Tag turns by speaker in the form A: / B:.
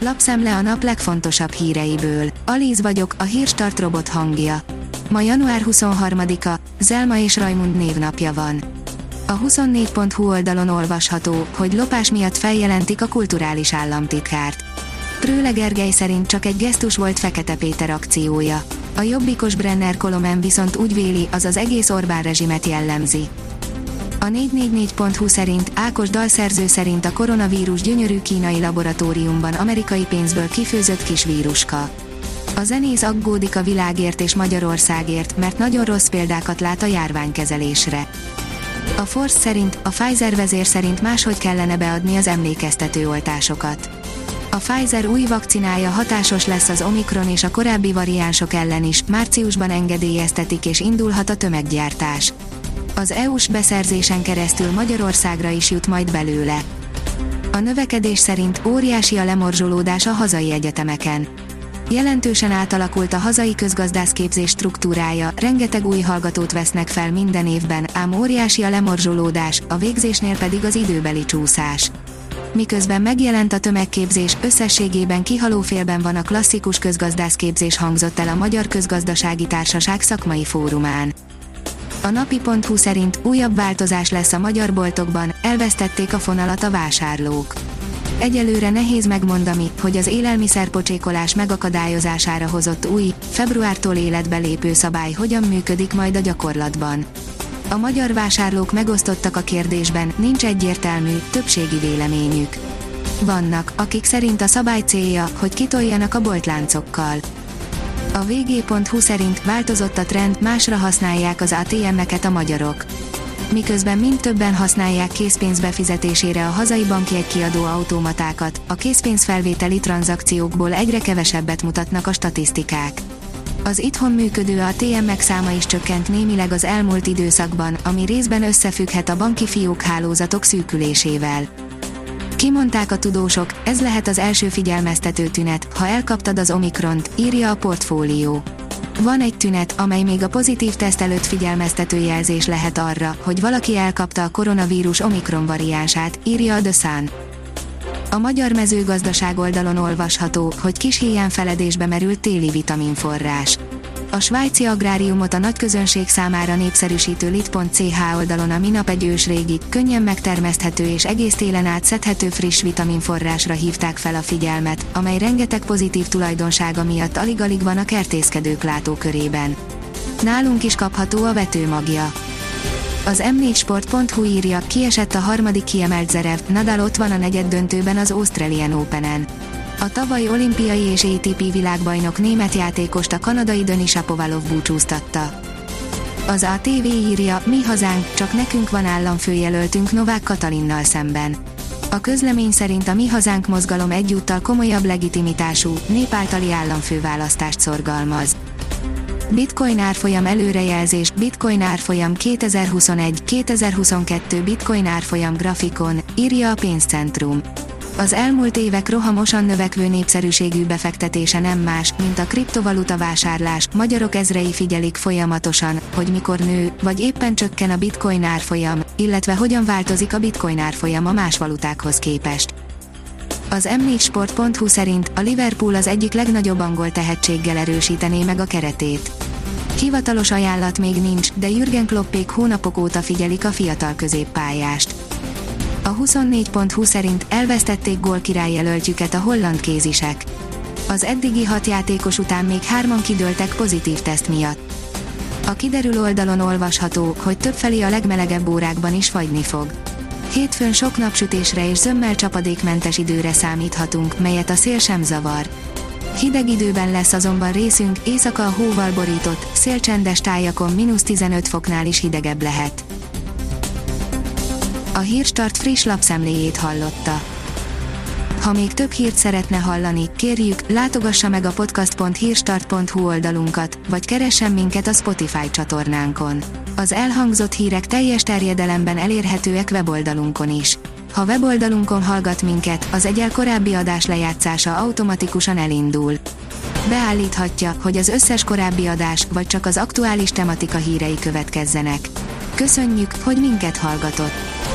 A: Lapszemle a nap legfontosabb híreiből. Alíz vagyok, a Hírstart robot hangja. Ma január 23-a, Zelma és Rajmund névnapja van. A 24.hu oldalon olvasható, hogy lopás miatt feljelentik a kulturális államtitkárt. Prőle Gergely szerint csak egy gesztus volt Fekete Péter akciója. A jobbikos Brenner Kolomen viszont úgy véli, az az egész Orbán rezsimet jellemzi. A 444.hu szerint Ákos dalszerző szerint a koronavírus gyönyörű kínai laboratóriumban amerikai pénzből kifőzött kis víruska. A zenész aggódik a világért és Magyarországért, mert nagyon rossz példákat lát a járványkezelésre. A Force szerint, a Pfizer vezér szerint máshogy kellene beadni az emlékeztető oltásokat. A Pfizer új vakcinája hatásos lesz az Omikron és a korábbi variánsok ellen is, márciusban engedélyeztetik és indulhat a tömeggyártás. Az EU-s beszerzésen keresztül Magyarországra is jut majd belőle. A növekedés szerint óriási a lemorzsolódás a hazai egyetemeken. Jelentősen átalakult a hazai közgazdászképzés struktúrája, rengeteg új hallgatót vesznek fel minden évben, ám óriási a lemorzsolódás, a végzésnél pedig az időbeli csúszás. Miközben megjelent a tömegképzés, összességében kihalófélben van a klasszikus közgazdászképzés, hangzott el a Magyar Közgazdasági Társaság szakmai fórumán. A napi.hu szerint újabb változás lesz a magyar boltokban, elvesztették a fonalat a vásárlók. Egyelőre nehéz megmondani, hogy az élelmiszerpocsékolás megakadályozására hozott új, februártól életbe lépő szabály hogyan működik majd a gyakorlatban. A magyar vásárlók megosztottak a kérdésben, nincs egyértelmű, többségi véleményük. Vannak, akik szerint a szabály célja, hogy kitoljanak a boltláncokkal. A vg.hu szerint változott a trend, másra használják az ATM-eket a magyarok. Miközben mind többen használják készpénz befizetésére a hazai bankjegykiadó automatákat, a készpénzfelvételi tranzakciókból egyre kevesebbet mutatnak a statisztikák. Az itthon működő ATM-ek száma is csökkent némileg az elmúlt időszakban, ami részben összefügghet a banki fiókhálózatok szűkülésével. Kimondták a tudósok, ez lehet az első figyelmeztető tünet, ha elkaptad az Omikront, írja a Portfólió. Van egy tünet, amely még a pozitív teszt előtt figyelmeztető jelzés lehet arra, hogy valaki elkapta a koronavírus Omikron variánsát, írja a The Sun. A magyar mezőgazdaság oldalon olvasható, hogy kis hiányfeledésbe merült téli vitaminforrás. A svájci agráriumot a nagyközönség számára népszerűsítő lit.ch oldalon a minap egy ősrégi, könnyen megtermeszthető és egész télen át szedhető friss vitaminforrásra hívták fel a figyelmet, amely rengeteg pozitív tulajdonsága miatt alig-alig van a kertészkedők látókörében. Nálunk is kapható a vetőmagja. Az M4sport.hu írja, kiesett a harmadik kiemelt Zverev, Nadal ott van a negyeddöntőben az Australian Openen. A tavaly olimpiai és ATP világbajnok német játékost a kanadai Denis Shapovalov búcsúztatta. Az ATV írja, mi hazánk, csak nekünk van államfőjelöltünk Novák Katalinnal szemben. A közlemény szerint a Mi Hazánk mozgalom egyúttal komolyabb legitimitású, nép általi államfőválasztást szorgalmaz. Bitcoin árfolyam előrejelzés, Bitcoin árfolyam 2021-2022 Bitcoin árfolyam grafikon, írja a Pénzcentrum. Az elmúlt évek rohamosan növekvő népszerűségű befektetése nem más, mint a kriptovaluta vásárlás, magyarok ezrei figyelik folyamatosan, hogy mikor nő, vagy éppen csökken a bitcoin árfolyam, illetve hogyan változik a bitcoin árfolyam a más valutákhoz képest. Az M4sport.hu szerint a Liverpool az egyik legnagyobb angol tehetséggel erősítené meg a keretét. Hivatalos ajánlat még nincs, de Jürgen Kloppék hónapok óta figyelik a fiatal középpályást. A 24.hu szerint elvesztették gólkirály jelöltjüket a holland kézisek. Az eddigi 6 játékos után még 3-an kidőltek pozitív teszt miatt. A kiderül oldalon olvasható, hogy többfelé a legmelegebb órákban is fagyni fog. Hétfőn sok napsütésre és zömmel csapadékmentes időre számíthatunk, melyet a szél sem zavar. Hideg időben lesz azonban részünk, éjszaka a hóval borított, szélcsendes tájakon -15 foknál is hidegebb lehet. A Hírstart friss lapszemléjét hallotta. Ha még több hírt szeretne hallani, kérjük, látogassa meg a podcast.hírstart.hu oldalunkat, vagy keressen minket a Spotify csatornánkon. Az elhangzott hírek teljes terjedelemben elérhetőek weboldalunkon is. Ha weboldalunkon hallgat minket, az egyel korábbi adás lejátszása automatikusan elindul. Beállíthatja, hogy az összes korábbi adás, vagy csak az aktuális tematika hírei következzenek. Köszönjük, hogy minket hallgatott!